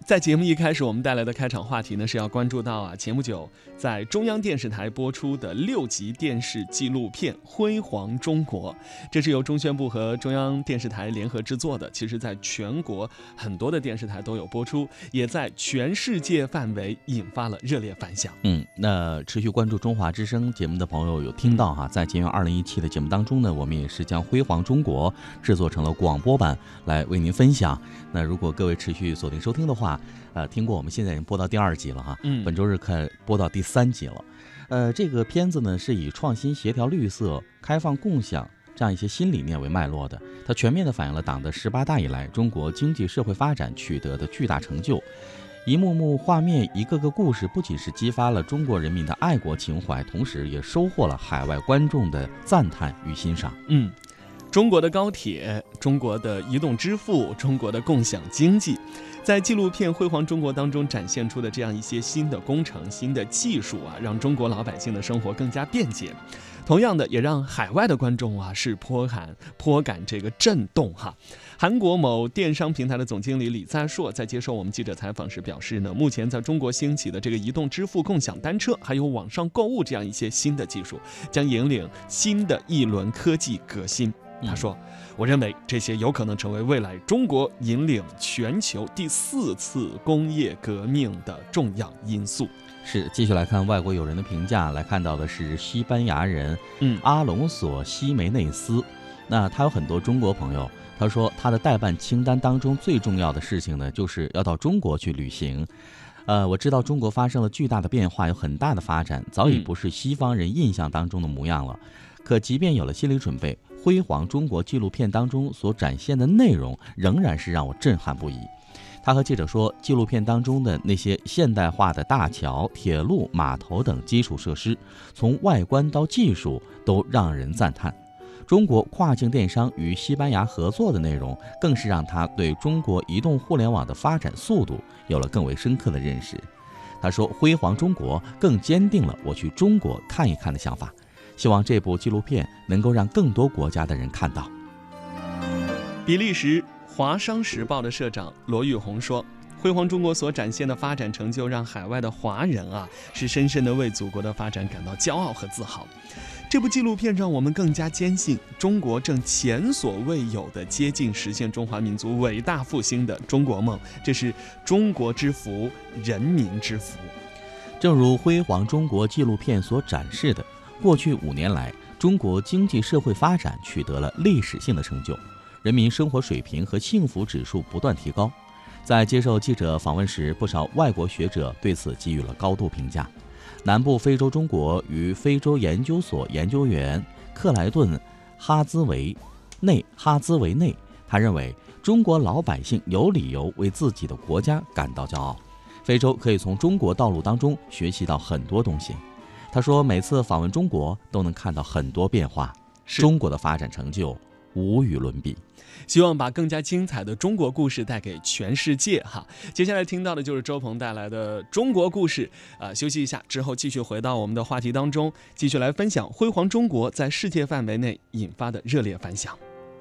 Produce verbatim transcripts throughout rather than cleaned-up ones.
在节目一开始，我们带来的开场话题呢，是要关注到啊，节目九在中央电视台播出的六集电视纪录片《辉煌中国》，这是由中宣部和中央电视台联合制作的。其实，在全国很多的电视台都有播出，也在全世界范围引发了热烈反响。 嗯，那持续关注中华之声节目的朋友有听到哈，在节目二零一七的节目当中呢，我们也是将《辉煌中国》制作成了广播版来为您分享。那如果各位持续锁定收听的话，呃，听过我们现在已经播到第二集了哈， 嗯， 本周日看播到第三集了。呃，这个片子呢是以创新、协调、绿色、开放、共享这样一些新理念为脉络的，它全面地反映了党的十八大以来中国经济社会发展取得的巨大成就。一幕幕画面，一个个故事，不仅是激发了中国人民的爱国情怀，同时也收获了海外观众的赞叹与欣赏。 嗯。中国的高铁，中国的移动支付，中国的共享经济，在纪录片《辉煌中国》当中展现出的这样一些新的工程、新的技术啊，让中国老百姓的生活更加便捷。同样的，也让海外的观众啊是颇感颇感这个震动哈。韩国某电商平台的总经理李在硕在接受我们记者采访时表示呢，目前在中国兴起的这个移动支付、共享单车，还有网上购物这样一些新的技术，将引领新的一轮科技革新。他说，我认为这些有可能成为未来中国引领全球第四次工业革命的重要因素。 是，继续来看外国友人的评价，来看到的是西班牙人嗯阿隆索·西梅内斯。那他有很多中国朋友，他说他的代办清单当中最重要的事情呢，就是要到中国去旅行。呃，我知道中国发生了巨大的变化，有很大的发展，早已不是西方人印象当中的模样了。可即便有了心理准备，辉煌中国纪录片当中所展现的内容仍然是让我震撼不已。他和记者说，纪录片当中的那些现代化的大桥、铁路、码头等基础设施，从外观到技术都让人赞叹。中国跨境电商与西班牙合作的内容，更是让他对中国移动互联网的发展速度有了更为深刻的认识。他说，辉煌中国更坚定了我去中国看一看的想法。希望这部纪录片能够让更多国家的人看到。 比利时华商时报的社长罗玉红说，辉煌中国所展现的发展成就，让海外的华人啊是深深地为祖国的发展感到骄傲和自豪。这部纪录片让我们更加坚信，中国正前所未有的接近实现中华民族伟大复兴的中国梦，这是中国之福，人民之福。 正如辉煌中国纪录片所展示的，过去五年来，中国经济社会发展取得了历史性的成就，人民生活水平和幸福指数不断提高。在接受记者访问时，不少外国学者对此给予了高度评价。南部非洲中国与非洲研究所研究员克莱顿·哈兹维内哈兹维内，他认为中国老百姓有理由为自己的国家感到骄傲。非洲可以从中国道路当中学习到很多东西。他说，每次访问中国都能看到很多变化，中国的发展成就无与伦比。 希望把更加精彩的中国故事带给全世界哈。接下来听到的就是周鹏带来的中国故事啊、呃，休息一下之后继续回到我们的话题当中，继续来分享辉煌中国在世界范围内引发的热烈反响。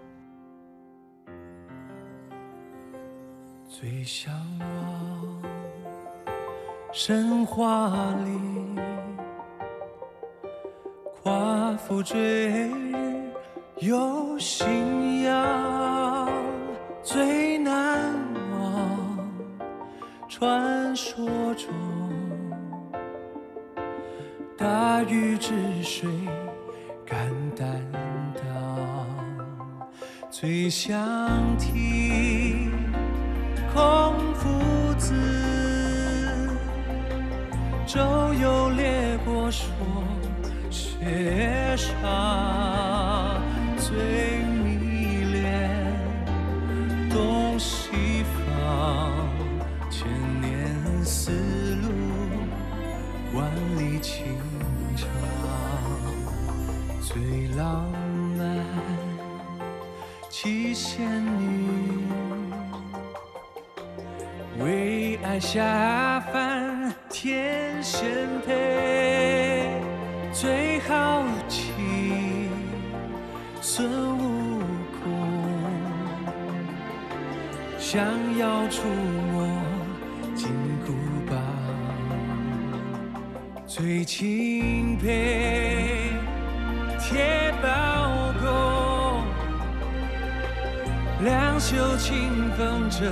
最向往神话里夸父追日有信仰，最难忘传说中大禹治水敢担当，最想听孔夫子周游列国说雪上，最迷恋东西方，千年丝路万里情长，最浪漫七仙女为爱下凡天仙配，最好奇孙悟空想要触摸最钦佩，铁包公，两袖清风正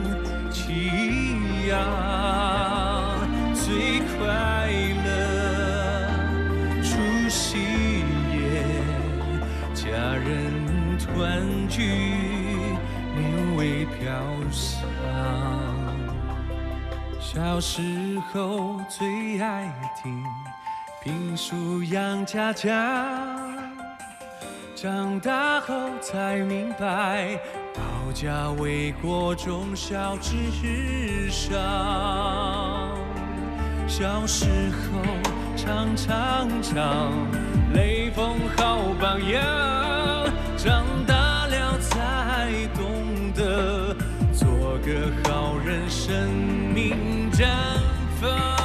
气扬，最快乐除夕夜，家人团聚，年味飘香。小时候最爱听评书杨家将，长大后才明白，保家卫国忠孝至上。小时候常常唱雷锋好榜样，长大了才懂得做个好人，生命绽放。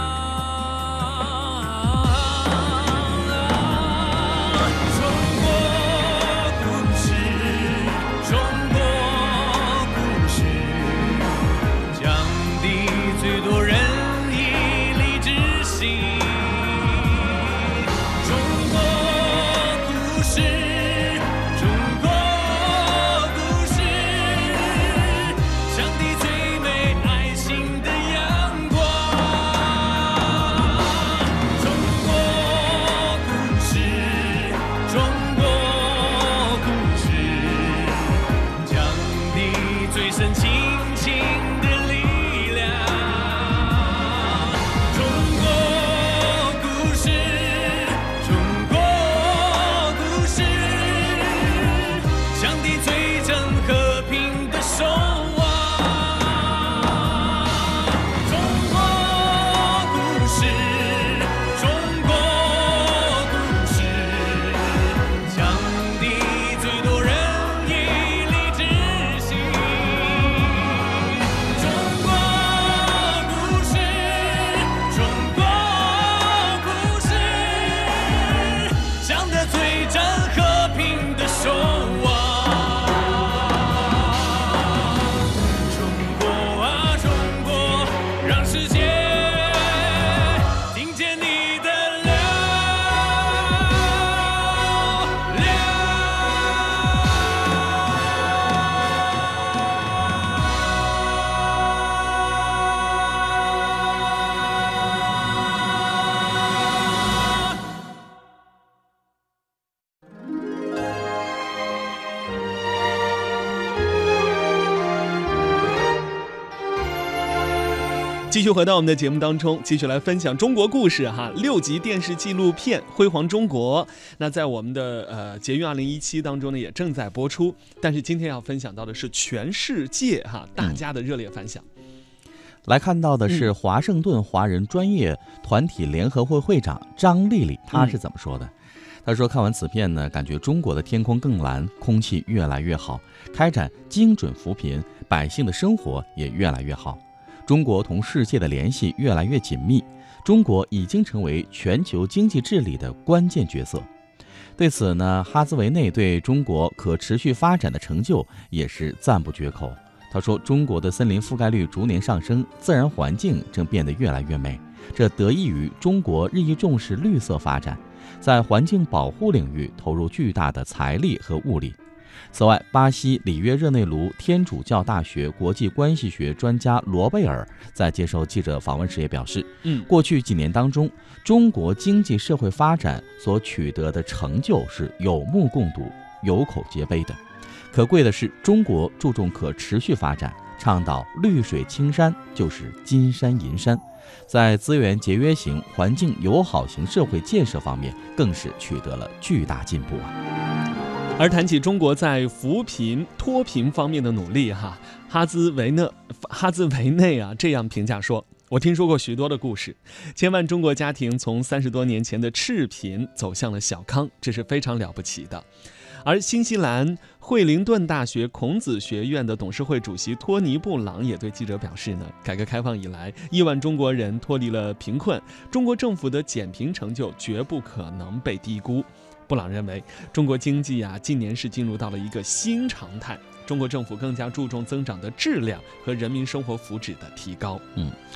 继续回到我们的节目当中，继续来分享中国故事哈。六集电视纪录片《辉煌中国》，那在我们的呃捷运二零一七当中呢，也正在播出。但是今天要分享到的是全世界哈大家的热烈反响。嗯、 来看到的是华盛顿华人专业团体联合会会长张丽丽，她是怎么说的？嗯他说：“看完此片呢，感觉中国的天空更蓝，空气越来越好，开展精准扶贫，百姓的生活也越来越好。中国同世界的联系越来越紧密，中国已经成为全球经济治理的关键角色。”对此呢，哈兹维内对中国可持续发展的成就也是赞不绝口。他说：“中国的森林覆盖率逐年上升，自然环境正变得越来越美，这得益于中国日益重视绿色发展。”在环境保护领域投入巨大的财力和物力。此外，巴西里约热内卢天主教大学国际关系学专家罗贝尔在接受记者访问时也表示，嗯，过去几年当中，中国经济社会发展所取得的成就是有目共睹、有口皆碑的。可贵的是，中国注重可持续发展，倡导绿水青山就是金山银山。在资源节约型、环境友好型社会建设方面，更是取得了巨大进步啊。 而谈起中国在扶贫脱贫方面的努力哈，哈兹维内哈兹维内啊这样评价说：“我听说过许多的故事，千万中国家庭从三十多年前的赤贫走向了小康，这是非常了不起的。”而新西兰惠灵顿大学孔子学院的董事会主席托尼·布朗也对记者表示呢，改革开放以来，亿万中国人脱离了贫困，中国政府的减贫成就绝不可能被低估。布朗认为，中国经济啊，近年是进入到了一个新常态，中国政府更加注重增长的质量和人民生活福祉的提高。 嗯。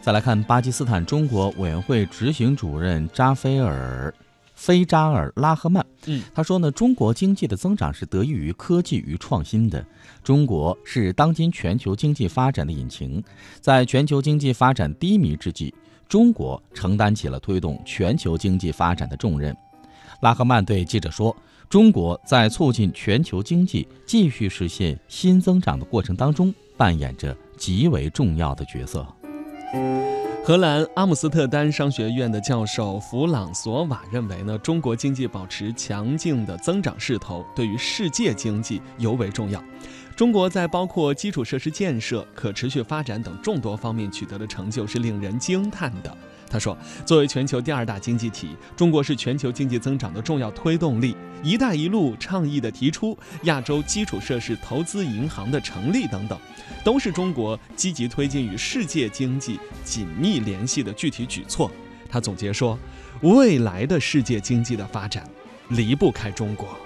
再来看巴基斯坦中国委员会执行主任扎菲尔菲扎尔拉赫曼， 嗯， 他说呢，中国经济的增长是得益于科技与创新的。中国是当今全球经济发展的引擎，在全球经济发展低迷之际，中国承担起了推动全球经济发展的重任。拉赫曼对记者说，中国在促进全球经济继续实现新增长的过程当中，扮演着极为重要的角色。 荷兰阿姆斯特丹商学院的教授弗朗索瓦认为呢，中国经济保持强劲的增长势头，对于世界经济尤为重要。中国在包括基础设施建设、可持续发展等众多方面取得的成就是令人惊叹的。他说，作为全球第二大经济体，中国是全球经济增长的重要推动力。“一带一路”倡议的提出、亚洲基础设施投资银行的成立等等，都是中国积极推进与世界经济紧密联系的具体举措。他总结说，未来的世界经济的发展离不开中国。